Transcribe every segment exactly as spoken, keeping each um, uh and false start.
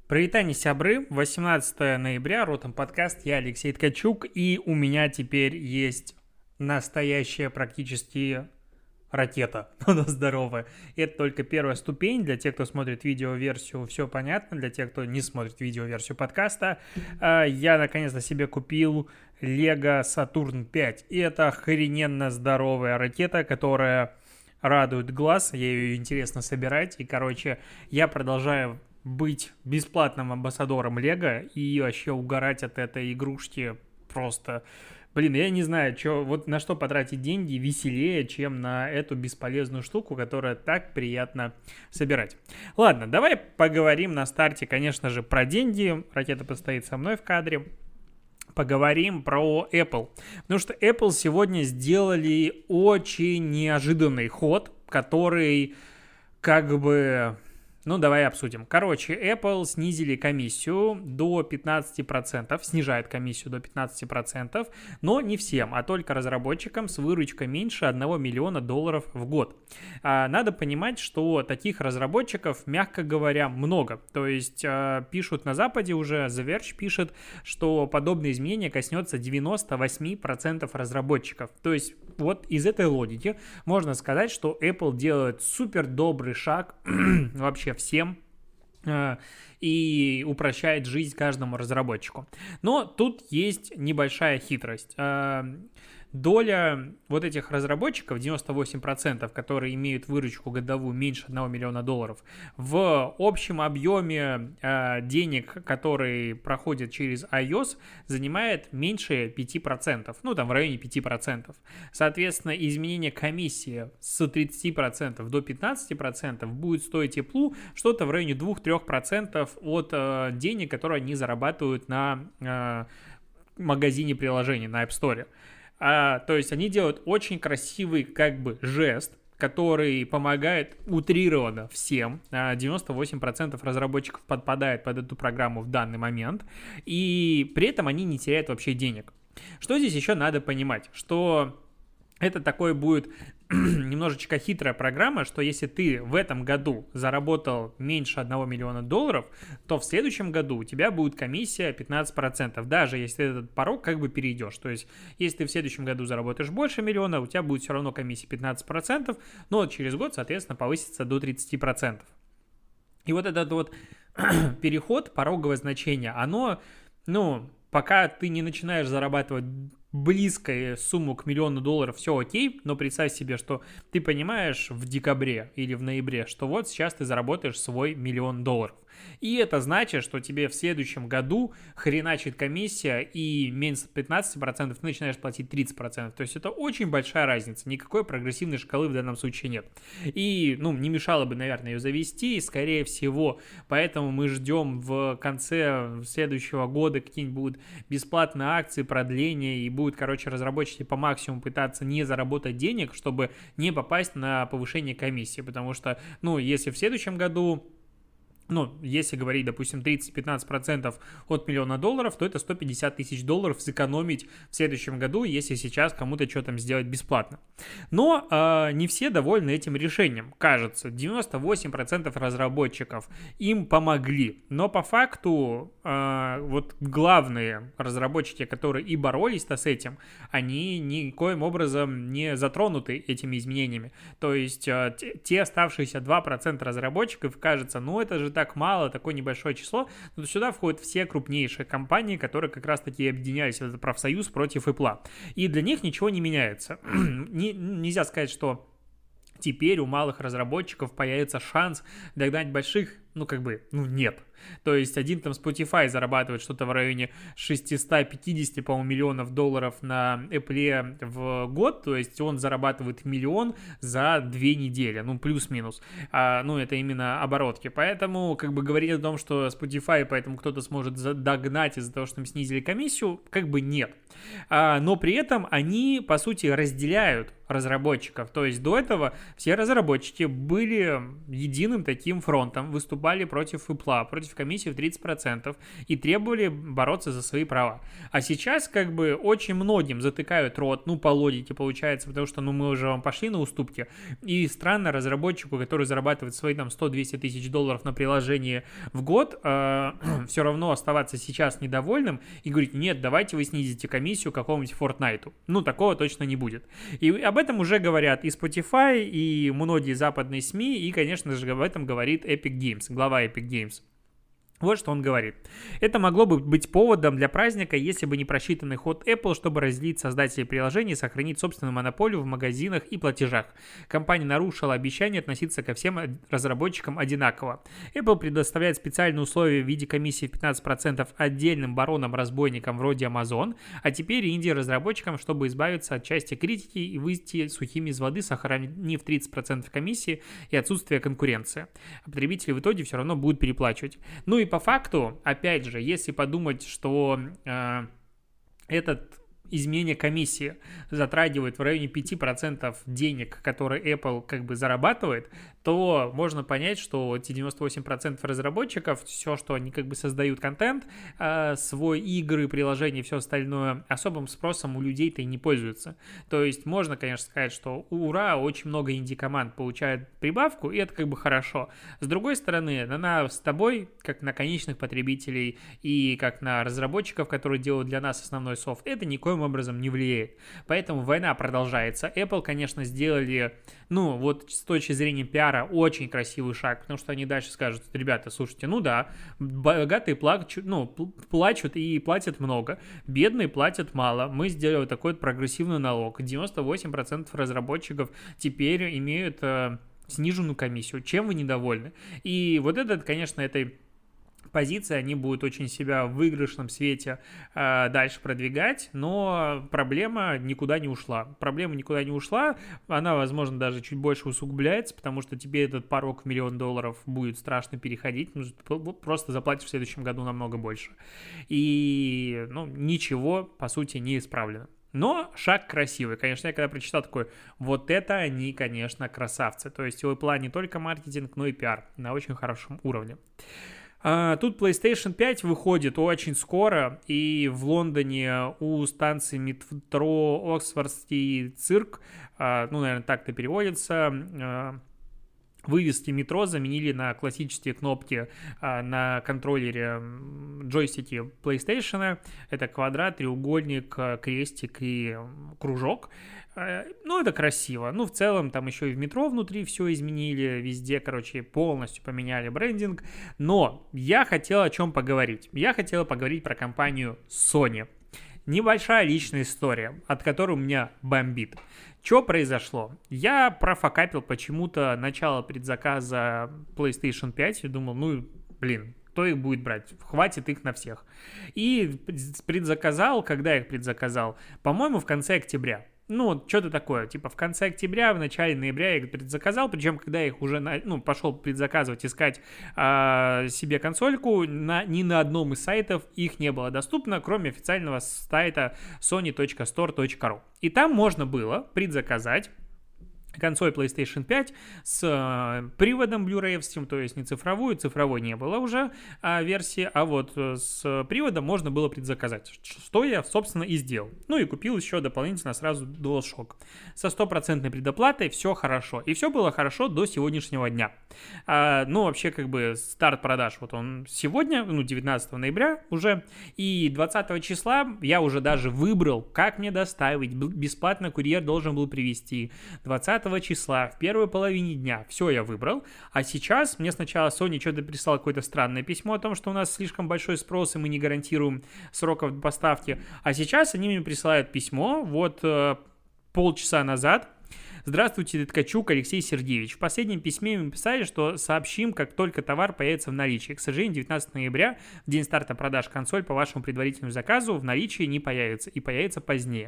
Привет, сябры, восемнадцатое ноября, Ротом подкаст, я Алексей Ткачук, и у меня теперь есть настоящая практически ракета, она здоровая. Это только первая ступень, для тех, кто смотрит видеоверсию, все понятно, для тех, кто не смотрит видеоверсию подкаста. Я наконец-то себе купил Lego Saturn пять, и это охрененно здоровая ракета, которая радует глаз, ее интересно собирать, и, короче, я продолжаю быть бесплатным амбассадором Лего и вообще угорать от этой игрушки просто. Блин, я не знаю, чё, вот на что потратить деньги веселее, чем на эту бесполезную штуку, которая так приятно собирать. Ладно, давай поговорим на старте, конечно же, про деньги. Ракета постоит со мной в кадре. Поговорим про Apple. Потому что Apple сегодня сделали очень неожиданный ход, который как бы... Ну, давай обсудим. Короче, Apple снизили комиссию до пятнадцати процентов, снижает комиссию до пятнадцати процентов, но не всем, а только разработчикам с выручкой меньше одного миллиона долларов в год. А, надо понимать, что таких разработчиков, мягко говоря, много. То есть а, пишут на Западе уже, The Verge пишет, что подобные изменения коснется девяноста восьми процентов разработчиков. То есть вот из этой логики можно сказать, что Apple делает супер добрый шаг вообще всем и упрощает жизнь каждому разработчику. Но тут есть небольшая хитрость. Доля вот этих разработчиков, девяносто восемь процентов, которые имеют выручку годовую меньше одного миллиона долларов, в общем объеме э, денег, которые проходят через iOS, занимает меньше пяти процентов, ну там в районе пяти процентов. Соответственно, изменение комиссии с тридцати процентов до пятнадцати процентов будет стоить Apple что-то в районе двух-трёх процентов от э, денег, которые они зарабатывают на э, магазине приложений, на App Store. А, то есть они делают очень красивый как бы жест, который помогает утрированно всем. девяносто восемь процентов разработчиков подпадает под эту программу в данный момент, и при этом они не теряют вообще денег. Что здесь еще надо понимать? Что это такой будет немножечко хитрая программа, что если ты в этом году заработал меньше одного миллиона долларов, то в следующем году у тебя будет комиссия пятнадцать процентов, даже если ты этот порог как бы перейдешь. То есть, если ты в следующем году заработаешь больше миллиона, у тебя будет все равно комиссия пятнадцать процентов, но через год, соответственно, повысится до тридцати процентов. И вот этот вот переход, пороговое значение, оно, ну, пока ты не начинаешь зарабатывать близкая сумму к миллиону долларов, все окей, но представь себе, что ты понимаешь в декабре или в ноябре, что вот сейчас ты заработаешь свой миллион долларов. И это значит, что тебе в следующем году хреначит комиссия, и меньше пятнадцати процентов ты начинаешь платить тридцать процентов. То есть это очень большая разница, никакой прогрессивной шкалы в данном случае нет. И, ну, не мешало бы, наверное, ее завести, скорее всего, поэтому мы ждем в конце следующего года какие-нибудь будут бесплатные акции, продления, и будут, короче, разработчики по максимуму пытаться не заработать денег, чтобы не попасть на повышение комиссии, потому что, ну, если в следующем году... Ну, если говорить, допустим, тридцать-пятнадцать процентов от миллиона долларов, то это сто пятьдесят тысяч долларов сэкономить в следующем году, если сейчас кому-то что-то там сделать бесплатно. Но э, не все довольны этим решением, кажется. девяносто восемь процентов разработчиков им помогли. Но по факту э, вот главные разработчики, которые и боролись-то с этим, они никоим образом не затронуты этими изменениями. То есть э, те оставшиеся два процента разработчиков, кажется, ну это же так мало, такое небольшое число, но сюда входят все крупнейшие компании, которые как раз-таки объединялись в этот профсоюз против Apple. И для них ничего не меняется. не, нельзя сказать, что теперь у малых разработчиков появится шанс догнать больших, ну как бы, ну нет. То есть один там Spotify зарабатывает что-то в районе шестьсот пятьдесят, по-моему, миллионов долларов на Apple в год, то есть он зарабатывает миллион за две недели, ну плюс-минус, а, ну это именно оборотки, поэтому как бы говорить о том, что Spotify, поэтому кто-то сможет догнать из-за того, что им снизили комиссию, как бы нет, а, но при этом они, по сути, разделяют разработчиков, то есть до этого все разработчики были единым таким фронтом, выступали выступали против Apple, против комиссии в тридцать процентов и требовали бороться за свои права. А сейчас как бы очень многим затыкают рот, ну по логике получается, потому что ну мы уже вам пошли на уступки, и странно разработчику, который зарабатывает свои там сто-двести тысяч долларов на приложение в год, э, все равно оставаться сейчас недовольным и говорить, нет, давайте вы снизите комиссию какому-нибудь Fortnite. Ну такого точно не будет. И об этом уже говорят и Spotify, и многие западные СМИ, и, конечно же, об этом говорит Epic Games, глава Epic Games. Вот что он говорит. Это могло бы быть поводом для праздника, если бы не просчитанный ход Apple, чтобы разделить создателей приложений и сохранить собственную монополию в магазинах и платежах. Компания нарушила обещание относиться ко всем разработчикам одинаково. Apple предоставляет специальные условия в виде комиссии в пятнадцать процентов отдельным баронам-разбойникам вроде Amazon, а теперь инди-разработчикам, чтобы избавиться от части критики и выйти сухими из воды, сохранив тридцать процентов комиссии и отсутствие конкуренции. А потребители в итоге все равно будут переплачивать. Ну и по факту, опять же, если подумать, что э, этот изменение комиссии затрагивает в районе пяти процентов денег, которые Apple как бы зарабатывает, то можно понять, что эти девяносто восемь процентов разработчиков, все, что они как бы создают контент, э, свой игры, приложения и все остальное, особым спросом у людей-то и не пользуются. То есть можно, конечно, сказать, что ура, очень много инди-команд получает прибавку, и это как бы хорошо. С другой стороны, на нас с тобой, как на конечных потребителей и как на разработчиков, которые делают для нас основной софт, это никоим образом не влияет. Поэтому война продолжается. Apple, конечно, сделали, ну, вот с точки зрения пиара, очень красивый шаг, потому что они дальше скажут, ребята, слушайте, ну да, богатые плачут, ну, плачут и платят много, бедные платят мало, мы сделали такой вот прогрессивный налог, девяносто восемь процентов разработчиков теперь имеют э, сниженную комиссию, чем вы недовольны? И вот это, конечно, этой позиции, они будут очень себя в выигрышном свете э, дальше продвигать, но проблема никуда не ушла. Проблема никуда не ушла, она, возможно, даже чуть больше усугубляется, потому что тебе этот порог в миллион долларов будет страшно переходить, ну, просто заплатишь в следующем году намного больше. И, ну, ничего, по сути, не исправлено. Но шаг красивый. Конечно, я когда прочитал такой, вот это они, конечно, красавцы. То есть у Apple не только маркетинг, но и пиар на очень хорошем уровне. Тут PlayStation пять выходит очень скоро, и в Лондоне у станции метро Оксфордский цирк, ну, наверное, так-то переводится, вывески метро заменили на классические кнопки на контроллере джойстике PlayStation. Это квадрат, треугольник, крестик и кружок. Ну, это красиво. Ну, в целом, там еще и в метро внутри все изменили, везде, короче, полностью поменяли брендинг. Но я хотел о чем поговорить. Я хотел поговорить про компанию Sony. Небольшая личная история, от которой у меня бомбит. Что произошло? Я профокапил почему-то начало предзаказа PlayStation пять и думал, ну, блин, кто их будет брать? Хватит их на всех. И предзаказал, когда я их предзаказал? По-моему, в конце октября. Ну, что-то такое, типа в конце октября, в начале ноября я их предзаказал, причем когда я их уже, на, ну, пошел предзаказывать, искать э, себе консольку, на, ни на одном из сайтов их не было доступно, кроме официального сайта sony точка стор точка ру. И там можно было предзаказать консоль PlayStation пять с э, приводом Blu-ray, то есть не цифровую, цифровой не было уже а, версии, а вот с приводом можно было предзаказать, что я, собственно, и сделал. Ну и купил еще дополнительно сразу DualShock. Со стопроцентной предоплатой все хорошо. И все было хорошо до сегодняшнего дня. А, ну, вообще, как бы, старт продаж, вот он сегодня, ну, девятнадцатого ноября уже, и двадцатого числа я уже даже выбрал, как мне доставить, бесплатно курьер должен был привезти. двадцатого числа, в первой половине дня. Все я выбрал. А сейчас мне сначала Sony что-то прислал какое-то странное письмо о том, что у нас слишком большой спрос, и мы не гарантируем сроков поставки. А сейчас они мне присылают письмо, вот э, полчаса назад. Здравствуйте, Ткачук Алексей Сергеевич. В последнем письме мы писали, что сообщим, как только товар появится в наличии. К сожалению, девятнадцатого ноября, в день старта продаж консоль по вашему предварительному заказу, в наличии не появится и появится позднее.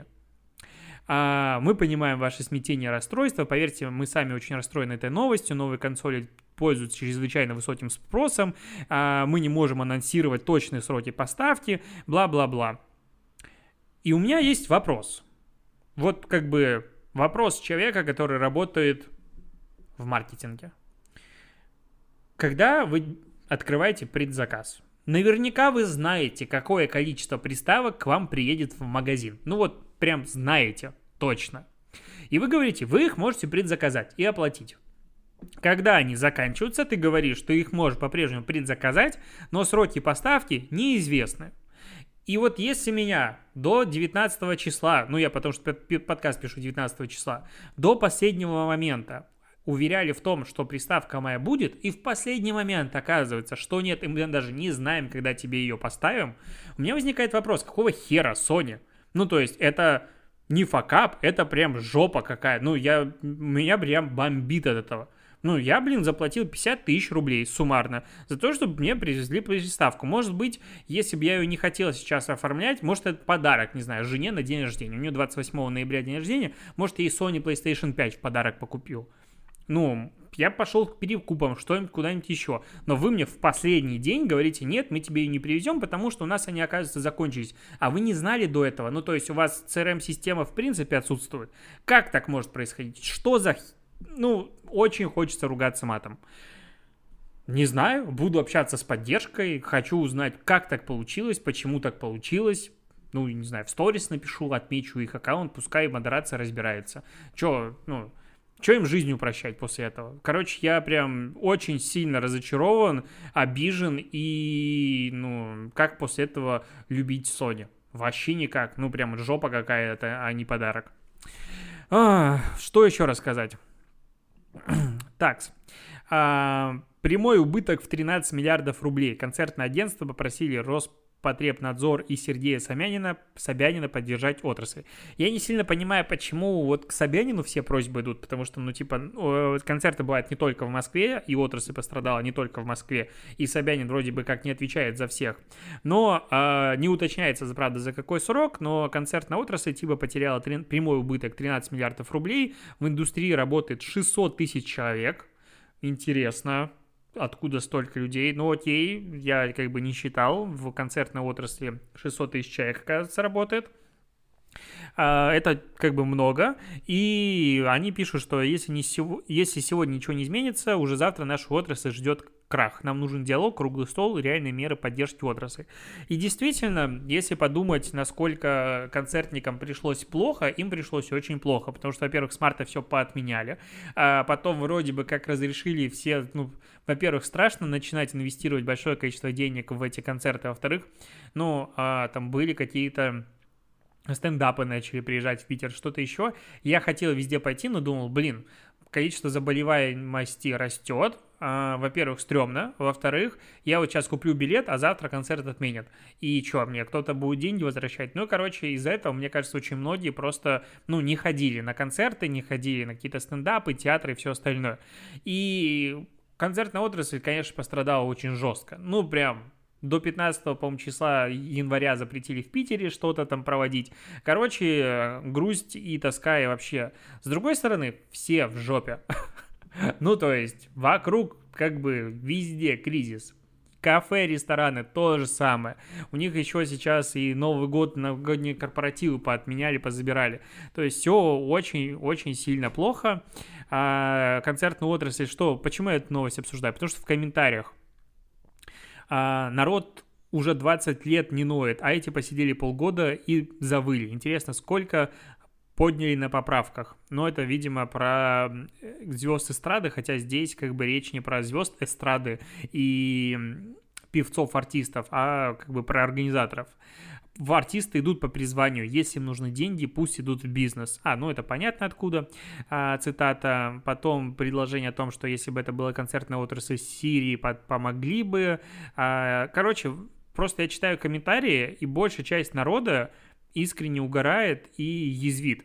Мы понимаем ваше смятение и расстройство. Поверьте, мы сами очень расстроены этой новостью. Новые консоли пользуются чрезвычайно высоким спросом. Мы не можем анонсировать точные сроки поставки. Бла-бла-бла. И у меня есть вопрос. Вот как бы вопрос человека, который работает в маркетинге. Когда вы открываете предзаказ. Наверняка вы знаете, какое количество приставок к вам приедет в магазин. Ну вот прям знаете точно. И вы говорите, вы их можете предзаказать и оплатить. Когда они заканчиваются, ты говоришь, что их можешь по-прежнему предзаказать, но сроки поставки неизвестны. И вот если меня до девятнадцатого числа, ну я потому что подкаст пишу девятнадцатого числа, до последнего момента уверяли в том, что приставка моя будет, и в последний момент оказывается, что нет, и мы даже не знаем, когда тебе ее поставим, у меня возникает вопрос, какого хера Sony? Ну то есть это не факап, это прям жопа какая. Ну я, меня прям бомбит от этого. Ну, я, блин, заплатил пятьдесят тысяч рублей суммарно за то, чтобы мне привезли приставку. Может быть, если бы я ее не хотел сейчас оформлять, может, это подарок, не знаю, жене на день рождения. У нее двадцать восьмого ноября день рождения, может, я ей Sony PlayStation пять в подарок покупил. Ну, я пошел к перекупам, что-нибудь куда-нибудь еще. Но вы мне в последний день говорите, нет, мы тебе ее не привезем, потому что у нас они, оказывается, закончились. А вы не знали до этого. Ну, то есть у вас си эр эм-система в принципе отсутствует. Как так может происходить? Что за... Ну, очень хочется ругаться матом. Не знаю, буду общаться с поддержкой, хочу узнать, как так получилось, почему так получилось. Ну, не знаю, в сторис напишу, отмечу их аккаунт, пускай модерация разбирается. Че, ну, че им жизнь упрощать после этого? Короче, я прям очень сильно разочарован, обижен и, ну, как после этого любить Sony? Вообще никак, ну, прям жопа какая-то, а не подарок. А, что еще рассказать? Так, а, прямой убыток в тринадцать миллиардов рублей. Концертное агентство попросили Роспотребнадзор и Сергея Собянина, Собянина поддержать отрасль. Я не сильно понимаю, почему вот к Собянину все просьбы идут, потому что, ну, типа, концерты бывают не только в Москве, и отрасль пострадала не только в Москве, и Собянин вроде бы как не отвечает за всех. Но а, не уточняется, правда, за какой срок, но концертная отрасль типа потеряла три, прямой убыток тринадцать миллиардов рублей, в индустрии работает шестьсот тысяч человек. Интересно, откуда столько людей? Ну окей, я как бы не считал, в концертной отрасли шестьсот тысяч человек, оказывается, работает. Это как бы много, и они пишут, что если, не сего, если сегодня ничего не изменится, уже завтра нашу отрасль ждет крах. Нам нужен диалог, круглый стол, реальные меры поддержки отрасли. И действительно, если подумать, насколько концертникам пришлось плохо, им пришлось очень плохо, потому что, во-первых, с марта все поотменяли, а потом вроде бы как разрешили все, ну, во-первых, страшно начинать инвестировать большое количество денег в эти концерты, во-вторых, ну, а, там были какие-то стендапы начали приезжать в Питер, что-то еще. Я хотел везде пойти, но думал, блин, количество заболеваемости растет. А, во-первых, стрёмно. Во-вторых, я вот сейчас куплю билет, а завтра концерт отменят. И что, мне кто-то будет деньги возвращать? Ну, короче, из-за этого, мне кажется, очень многие просто, ну, не ходили на концерты, не ходили на какие-то стендапы, театры и все остальное. И концертная отрасль, конечно, пострадала очень жестко. Ну, прям... До пятнадцатого, по-моему, числа января запретили в Питере что-то там проводить. Короче, грусть и тоска и вообще. С другой стороны, все в жопе. Ну, то есть, вокруг как бы везде кризис. Кафе, рестораны, то же самое. У них еще сейчас и Новый год, новогодние корпоративы поотменяли, позабирали. То есть, все очень-очень сильно плохо. А концертную отрасль, что? Почему я эту новость обсуждаю? Потому что в комментариях А, народ уже двадцать лет не ноет, а эти посидели полгода и завыли. Интересно, сколько подняли на поправках? Но это, видимо, про звезд эстрады, хотя здесь как бы речь не про звезд эстрады и певцов-артистов, а как бы про организаторов. В артисты идут по призванию. Если им нужны деньги, пусть идут в бизнес. А, ну это понятно откуда. А, цитата. Потом предложение о том, что если бы это была концертная отрасль Сирии, под, помогли бы. А, короче, просто я читаю комментарии, и большая часть народа искренне угорает и язвит.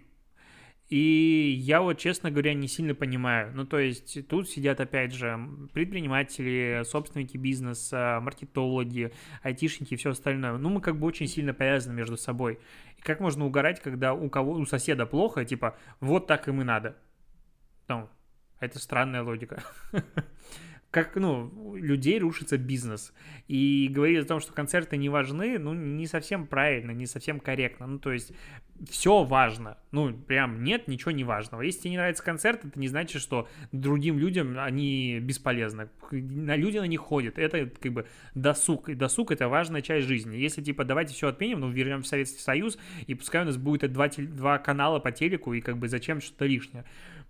И я вот, честно говоря, не сильно понимаю. Ну, то есть тут сидят, опять же, предприниматели, собственники бизнеса, маркетологи, айтишники и все остальное. Ну, мы как бы очень сильно повязаны между собой. И как можно угорать, когда у кого у соседа плохо, типа, вот так им и надо. Ну, это странная логика. как, ну, у людей рушится бизнес. И говорить о том, что концерты не важны, ну, не совсем правильно, не совсем корректно. Ну, то есть все важно. Ну, прям нет ничего не важного. Если тебе не нравится концерт, это не значит, что другим людям они бесполезны. На люди на них ходят. Это как бы досуг. И досуг — это важная часть жизни. Если, типа, давайте все отменим, ну, вернем в Советский Союз, и пускай у нас будет два, два канала по телеку, и как бы зачем что-то лишнее.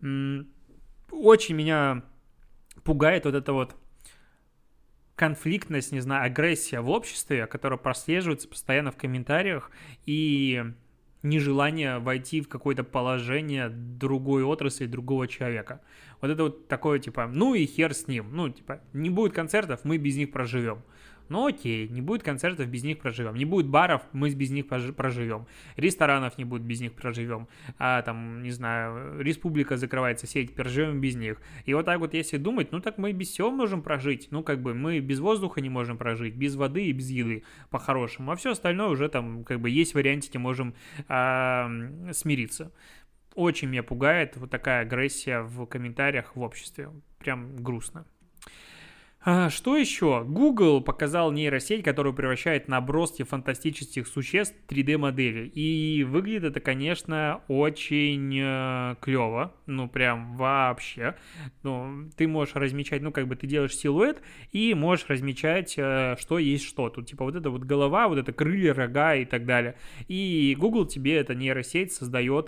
Очень меня пугает вот эта вот конфликтность, не знаю, агрессия в обществе, которая прослеживается постоянно в комментариях, и нежелание войти в какое-то положение другой отрасли, другого человека. Вот это вот такое, типа, ну и хер с ним. Ну, типа, не будет концертов, мы без них проживем. Ну окей, не будет концертов, без них проживем. Не будет баров, мы без них проживем. Ресторанов не будет, без них проживем. А там, не знаю, республика закрывается, сеть, проживем без них. И вот так вот, если думать, ну так мы без всего можем прожить. Ну как бы мы без воздуха не можем прожить, без воды и без еды по-хорошему. А все остальное уже там как бы есть вариантики, можем а, смириться. Очень меня пугает вот такая агрессия в комментариях в обществе. Прям грустно. А, что еще? Google показал нейросеть, которая превращает наброски фантастических существ в три дэ-модели. И выглядит это, конечно, очень э, клево. Ну, прям вообще. Ну, ты можешь размечать, ну, как бы ты делаешь силуэт и можешь размечать, э, что есть что. Тут, типа, вот это вот голова, вот это крылья, рога и так далее. И Google тебе, эта нейросеть, создает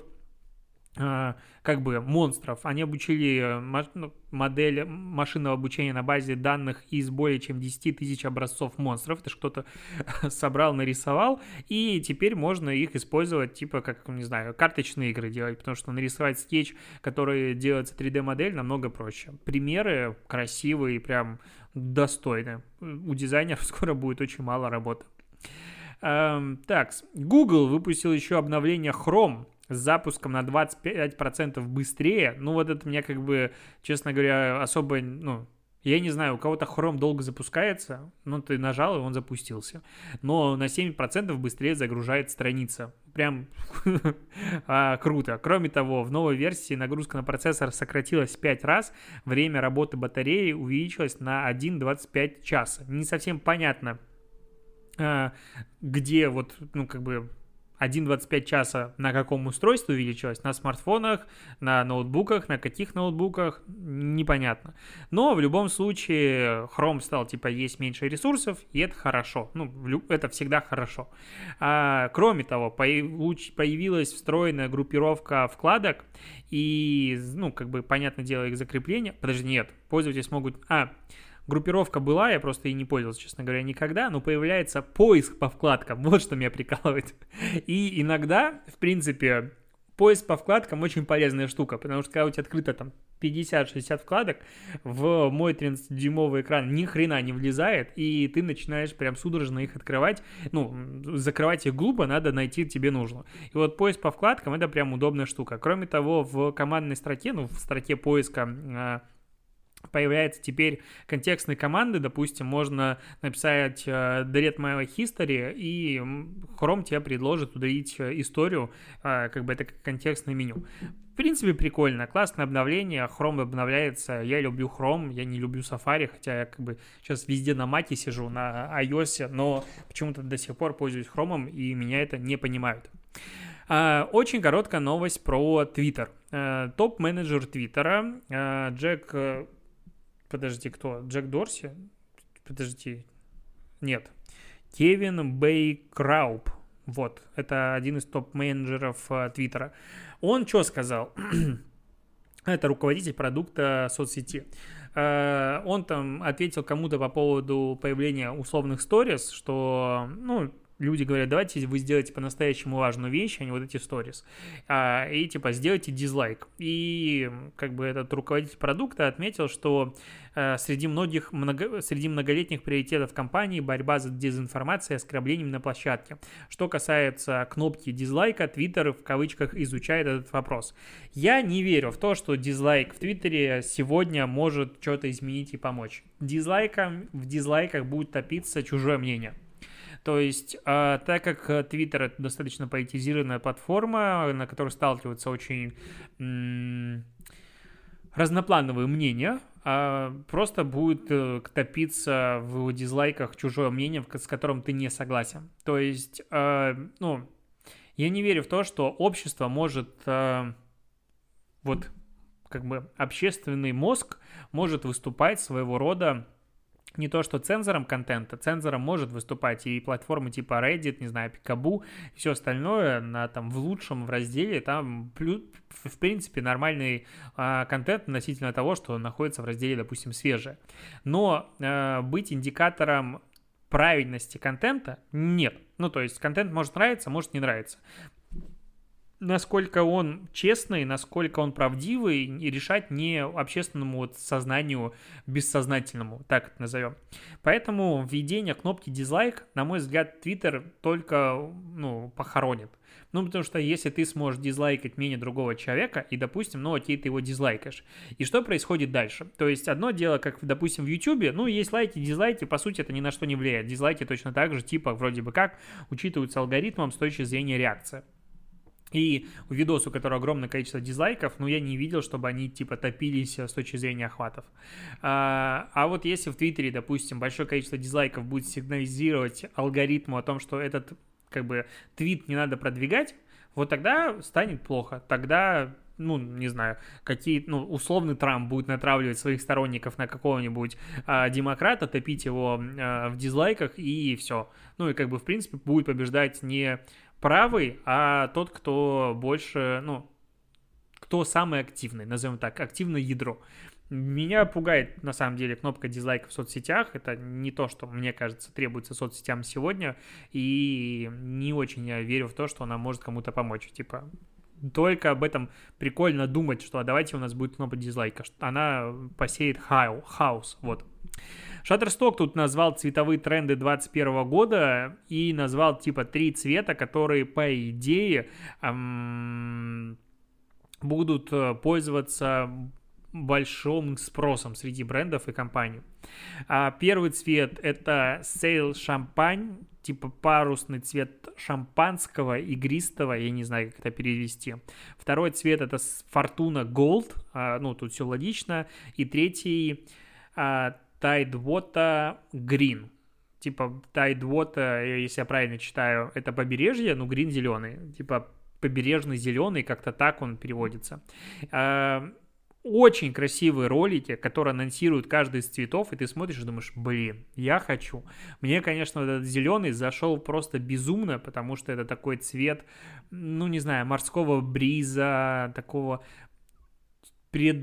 как бы монстров. Они обучили модель машинного обучения на базе данных из более чем десять тысяч образцов монстров. Это ж кто-то собрал, нарисовал, и теперь можно их использовать, типа, как, не знаю, карточные игры делать, потому что нарисовать скетч, который делается три дэ-модель, намного проще. Примеры красивые, прям достойные. У дизайнеров скоро будет очень мало работы. Эм, так, Google выпустил еще обновление Chrome с запуском на двадцать пять процентов быстрее. Ну, вот это меня как бы, честно говоря, особо, ну, я не знаю, у кого-то Chrome долго запускается, ну, ты нажал, и он запустился. Но на семь процентов быстрее загружает страница. Прям а, круто. Кроме того, в новой версии нагрузка на процессор сократилась в пять раз, время работы батареи увеличилось на один целых двадцать пять часа. Не совсем понятно, а, где вот, ну, как бы... один целых двадцать пять часа на каком устройстве увеличилось? На смартфонах, на ноутбуках, на каких ноутбуках? Непонятно. Но в любом случае Chrome стал, типа, есть меньше ресурсов, и это хорошо. Ну, это всегда хорошо. А, кроме того, появилась встроенная группировка вкладок, и, ну, как бы, понятное дело, их закрепление. Подожди, нет, пользователи смогут... А, группировка была, я просто ей не пользовался, честно говоря, никогда, но появляется поиск по вкладкам, вот что меня прикалывает. И иногда, в принципе, поиск по вкладкам очень полезная штука, потому что когда у тебя открыто там пятьдесят-шестьдесят вкладок, в мой тринадцатидюймовый экран ни хрена не влезает, и ты начинаешь прям судорожно их открывать. Ну, закрывать их глупо, надо найти тебе нужно. И вот поиск по вкладкам — это прям удобная штука. Кроме того, в командной строке, ну, в строке поиска появляются теперь контекстные команды. Допустим, можно написать uh, delete my history, и Chrome тебе предложит удалить историю, uh, как бы это как контекстное меню. В принципе, прикольно, классное обновление, Chrome обновляется, я люблю Chrome, я не люблю Safari, хотя я как бы сейчас везде на Mac'е сижу, на iOS, но почему-то до сих пор пользуюсь Chrome, и меня это не понимают. Uh, очень короткая новость про Twitter. Uh, топ-менеджер Твиттера uh, Джек... Подожди, кто? Джек Дорси? Подожди. Нет. Кевин Бейкрауп. Вот. Это один из топ-менеджеров Твиттера. Он что сказал? Это руководитель продукта соцсети. Он там ответил кому-то по поводу появления условных сторис, что, ну, люди говорят, давайте вы сделаете по-настоящему важную вещь, а не вот эти сторис. А, и типа сделайте дизлайк. И как бы этот руководитель продукта отметил, что а, среди многих много, среди многолетних приоритетов компании борьба за дезинформацией и оскорблением на площадке. Что касается кнопки дизлайка, Twitter в кавычках изучает этот вопрос. Я не верю в то, что дизлайк в Твиттере сегодня может что-то изменить и помочь. Дизлайком, в дизлайках будет топиться чужое мнение. То есть, э, так как Twitter — это достаточно политизированная платформа, на которой сталкиваются очень м- разноплановые мнения, а, просто будет э, топиться в дизлайках чужое мнение, с которым ты не согласен. То есть, э, ну, я не верю в то, что общество может, э, вот, как бы, общественный мозг может выступать своего рода не то что цензором контента, цензором может выступать и платформы типа Reddit, не знаю, Picaboo, и все остальное на, там, в лучшем в разделе, там, в принципе, нормальный а, контент относительно того, что находится в разделе, допустим, свежее. Но а, быть индикатором правильности контента нет. Ну, то есть контент может нравиться, может не нравиться. Насколько он честный, насколько он правдивый, и решать не общественному вот сознанию бессознательному, так это назовем. Поэтому введение кнопки дизлайк, на мой взгляд, Twitter только, ну, похоронит. Ну, потому что если ты сможешь дизлайкать мнение другого человека, и, допустим, ну, окей, ты его дизлайкаешь, и что происходит дальше? То есть одно дело, как, допустим, в YouTube, ну, есть лайки, дизлайки, по сути, это ни на что не влияет. Дизлайки точно так же, типа, вроде бы как, учитываются алгоритмом с точки зрения реакции. И у видоса, у которого огромное количество дизлайков, ну, я не видел, чтобы они, типа, топились с точки зрения охватов. А, а вот если в Твиттере, допустим, большое количество дизлайков будет сигнализировать алгоритму о том, что этот, как бы, твит не надо продвигать, вот тогда станет плохо. Тогда, ну, не знаю, какие, ну, условный Трамп будет натравливать своих сторонников на какого-нибудь а, демократа, топить его а, в дизлайках, и все. Ну, и, как бы, в принципе, будет побеждать не правый, а тот, кто больше, ну, кто самый активный, назовем так, активное ядро. Меня пугает, на самом деле, кнопка дизлайка в соцсетях. Это не то, что, мне кажется, требуется соцсетям сегодня, и не очень я верю в то, что она может кому-то помочь. Типа, только об этом прикольно думать, что а давайте у нас будет кнопка дизлайка. Она посеет хау, хаос, вот. Shutterstock тут назвал цветовые тренды двадцать первого года и назвал типа три цвета, которые, по идее, эм, будут пользоваться большим спросом среди брендов и компаний. А первый цвет — это Sail Champagne, типа парусный цвет шампанского, игристого, я не знаю, как это перевести. Второй цвет — это Fortuna Gold, а, ну, тут все логично. И третий а, — Tidewater Green. Типа Tidewater, если я правильно читаю, это побережье, ну, Green зеленый. Типа побережный зеленый, как-то так он переводится. Очень красивые ролики, которые анонсируют каждый из цветов, и ты смотришь и думаешь, блин, я хочу. Мне, конечно, этот зеленый зашел просто безумно, потому что это такой цвет, ну, не знаю, морского бриза, такого пред...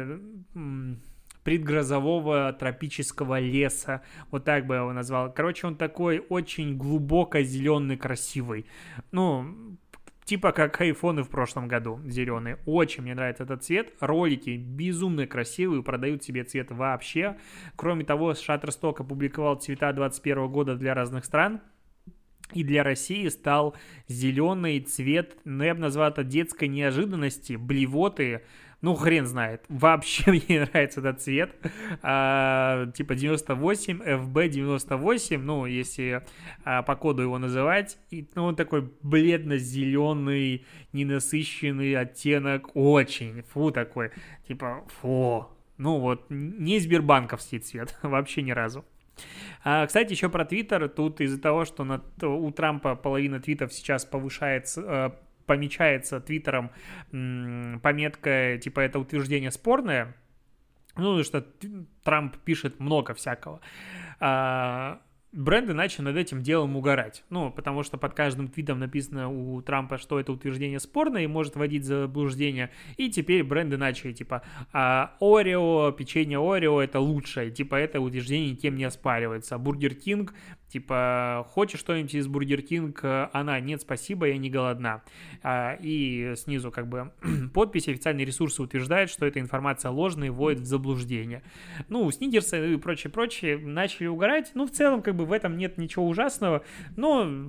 предгрозового тропического леса, вот так бы я его назвал. Короче, он такой очень глубоко зеленый, красивый. Ну, типа как айфоны в прошлом году, зеленые. Очень мне нравится этот цвет. Ролики безумно красивые, продают себе цвет вообще. Кроме того, Shutterstock опубликовал цвета двадцать первого года для разных стран. И для России стал зеленый цвет, ну, я бы назвал это детской неожиданности, блевоты. Ну, хрен знает. Вообще мне не нравится этот цвет. А, типа девяносто восемь, эф би девяносто восемь, ну, если а, по коду его называть. И, ну, он такой бледно-зеленый, ненасыщенный оттенок. Очень. Фу такой. Типа, фу. Ну, вот, не сбербанковский цвет. Вообще ни разу. А, кстати, еще про Твиттер. Тут из-за того, что на, у Трампа половина твитов сейчас повышается... помечается Твиттером м, пометка, типа, это утверждение спорное, ну, что Трамп пишет много всякого, а, бренды начали над этим делом угорать, ну, потому что под каждым твитом написано у Трампа, что это утверждение спорное и может вводить в заблуждение, и теперь бренды начали, типа, Орео, печенье Орео это лучшее, типа, это утверждение никем не оспаривается, Бургер Кинг, типа, хочешь что-нибудь из Бургер Кинг? Она, нет, спасибо, я не голодна. А, и снизу, как бы, подпись, официальные ресурсы утверждают, что эта информация ложная и вводит в заблуждение. Ну, Сникерсы и прочее-прочее начали угорать. Ну, в целом, как бы, в этом нет ничего ужасного. Но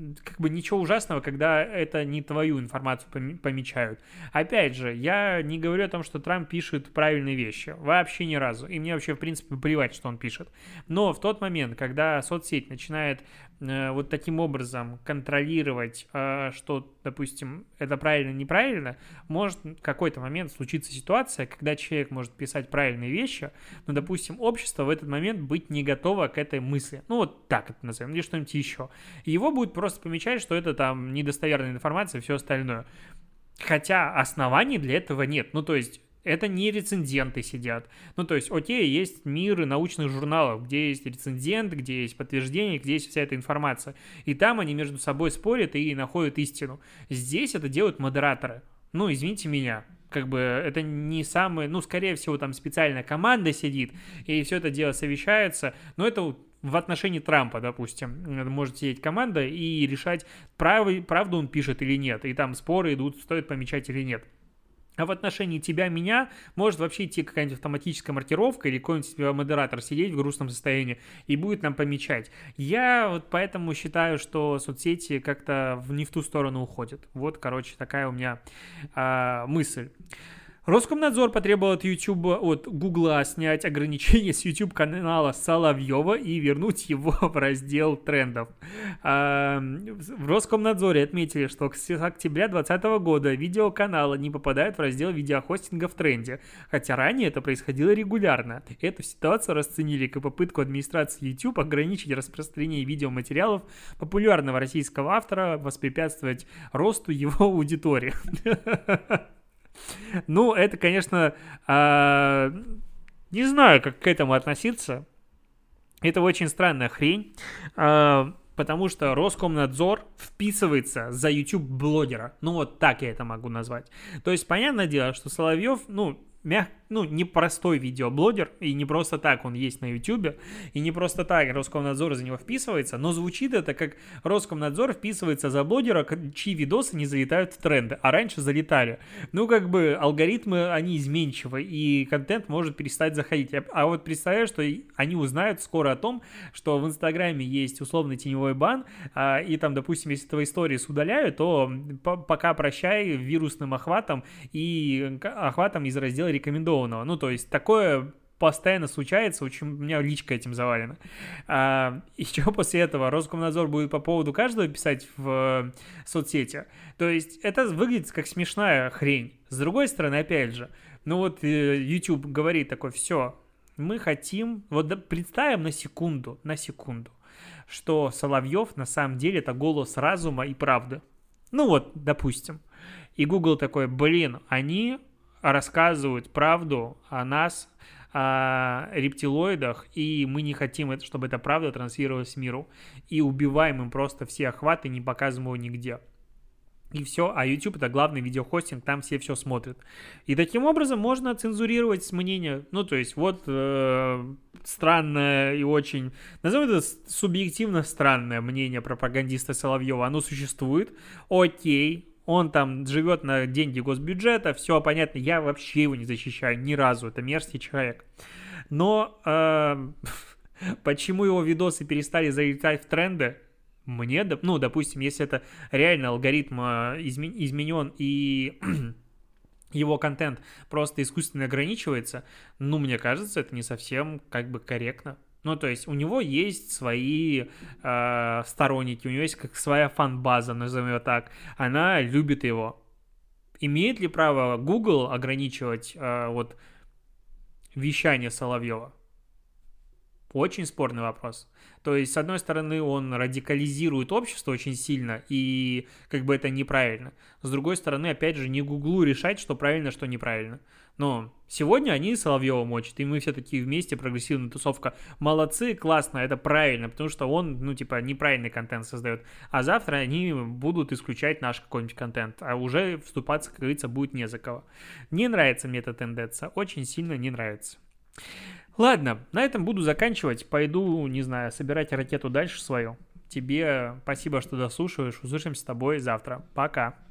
как бы ничего ужасного, когда это не твою информацию помечают. Опять же, я не говорю о том, что Трамп пишет правильные вещи. Вообще ни разу. И мне вообще, в принципе, плевать, что он пишет. Но в тот момент, когда соцсеть начинает э, вот таким образом контролировать, э, что, допустим, это правильно, неправильно, может в какой-то момент случиться ситуация, когда человек может писать правильные вещи, но, допустим, общество в этот момент быть не готово к этой мысли. Ну, вот так это назовем, или что-нибудь еще. И его будет просто помечать, что это там недостоверная информация и все остальное. Хотя оснований для этого нет. Ну, то есть, это не рецензенты сидят. Ну, то есть, окей, есть мир научных журналов, где есть рецензент, где есть подтверждение, где есть вся эта информация. И там они между собой спорят и находят истину. Здесь это делают модераторы. Ну, извините меня. Как бы это не самое... Ну, скорее всего, там специальная команда сидит, и все это дело совещается. Но это в отношении Трампа, допустим, может сидеть команда и решать, прав... правду он пишет или нет. И там споры идут, стоит помечать или нет. А в отношении тебя, меня, может вообще идти какая-нибудь автоматическая маркировка или какой-нибудь модератор сидеть в грустном состоянии и будет нам помечать. Я вот поэтому считаю, что соцсети как-то не в ту сторону уходят. Вот, короче, такая у меня а, мысль. Роскомнадзор потребовал от YouTube, от Гугла снять ограничения с YouTube-канала Соловьева и вернуть его в раздел трендов. В Роскомнадзоре отметили, что с октября двадцатого года видео канала не попадают в раздел видеохостинга в тренде, хотя ранее это происходило регулярно. Эту ситуацию расценили как попытку администрации YouTube ограничить распространение видеоматериалов популярного российского автора, воспрепятствовать росту его аудитории. Ну, это, конечно, э, не знаю, как к этому относиться. Это очень странная хрень, э, потому что Роскомнадзор вписывается за YouTube-блогера. Ну, вот так я это могу назвать. То есть, понятное дело, что Соловьев, ну, мяг... ну, не простой видеоблогер, и не просто так он есть на YouTube, и не просто так Роскомнадзор за него вписывается, но звучит это как Роскомнадзор вписывается за блогера, чьи видосы не залетают в тренды, а раньше залетали. Ну, как бы алгоритмы, они изменчивы, и контент может перестать заходить. А вот представляю, что они узнают скоро о том, что в Инстаграме есть условный теневой бан, и там, допустим, если твои истории удаляют, то пока прощай вирусным охватом и охватом из раздела рекомендованного. Ну, то есть такое постоянно случается, очень у меня личка этим завалена. А, и что после этого? Роскомнадзор будет по поводу каждого писать в соцсети. То есть это выглядит как смешная хрень. С другой стороны, опять же, ну вот YouTube говорит такой, все, мы хотим, вот представим на секунду, на секунду, что Соловьев на самом деле это голос разума и правды. Ну вот, допустим. И Google такой, блин, они рассказывают правду о нас, о рептилоидах, и мы не хотим, чтобы эта правда транслировалась миру. И убиваем им просто все охваты, не показываем его нигде. И все, а YouTube это главный видеохостинг, там все все смотрят. И таким образом можно цензурировать мнение. Ну, то есть, вот э, странное и очень, назовем это субъективно странное мнение пропагандиста Соловьева. Оно существует, окей. Он там живет на деньги госбюджета, все понятно, я вообще его не защищаю ни разу, это мерзкий человек. Но э, почему его видосы перестали залетать в тренды? Мне, ну, допустим, если это реально алгоритм изменен и его контент просто искусственно ограничивается, ну, мне кажется, это не совсем как бы корректно. Ну, то есть у него есть свои э, сторонники, у него есть как своя фан-база, назовем ее так. Она любит его. Имеет ли право Google ограничивать э, вот вещание Соловьева? Очень спорный вопрос. То есть, с одной стороны, он радикализирует общество очень сильно, и как бы это неправильно. С другой стороны, опять же, не Гуглу решать, что правильно, что неправильно. Но сегодня они Соловьева мочат, и мы все такие вместе, прогрессивная тусовка. Молодцы, классно, это правильно, потому что он, ну, типа, неправильный контент создает. А завтра они будут исключать наш какой-нибудь контент, а уже вступаться, как говорится, будет не за кого. Не нравится мне эта тенденция, очень сильно не нравится. Ладно, на этом буду заканчивать. Пойду, не знаю, собирать ракету дальше свою. Тебе спасибо, что дослушиваешь. Услышимся с тобой завтра. Пока.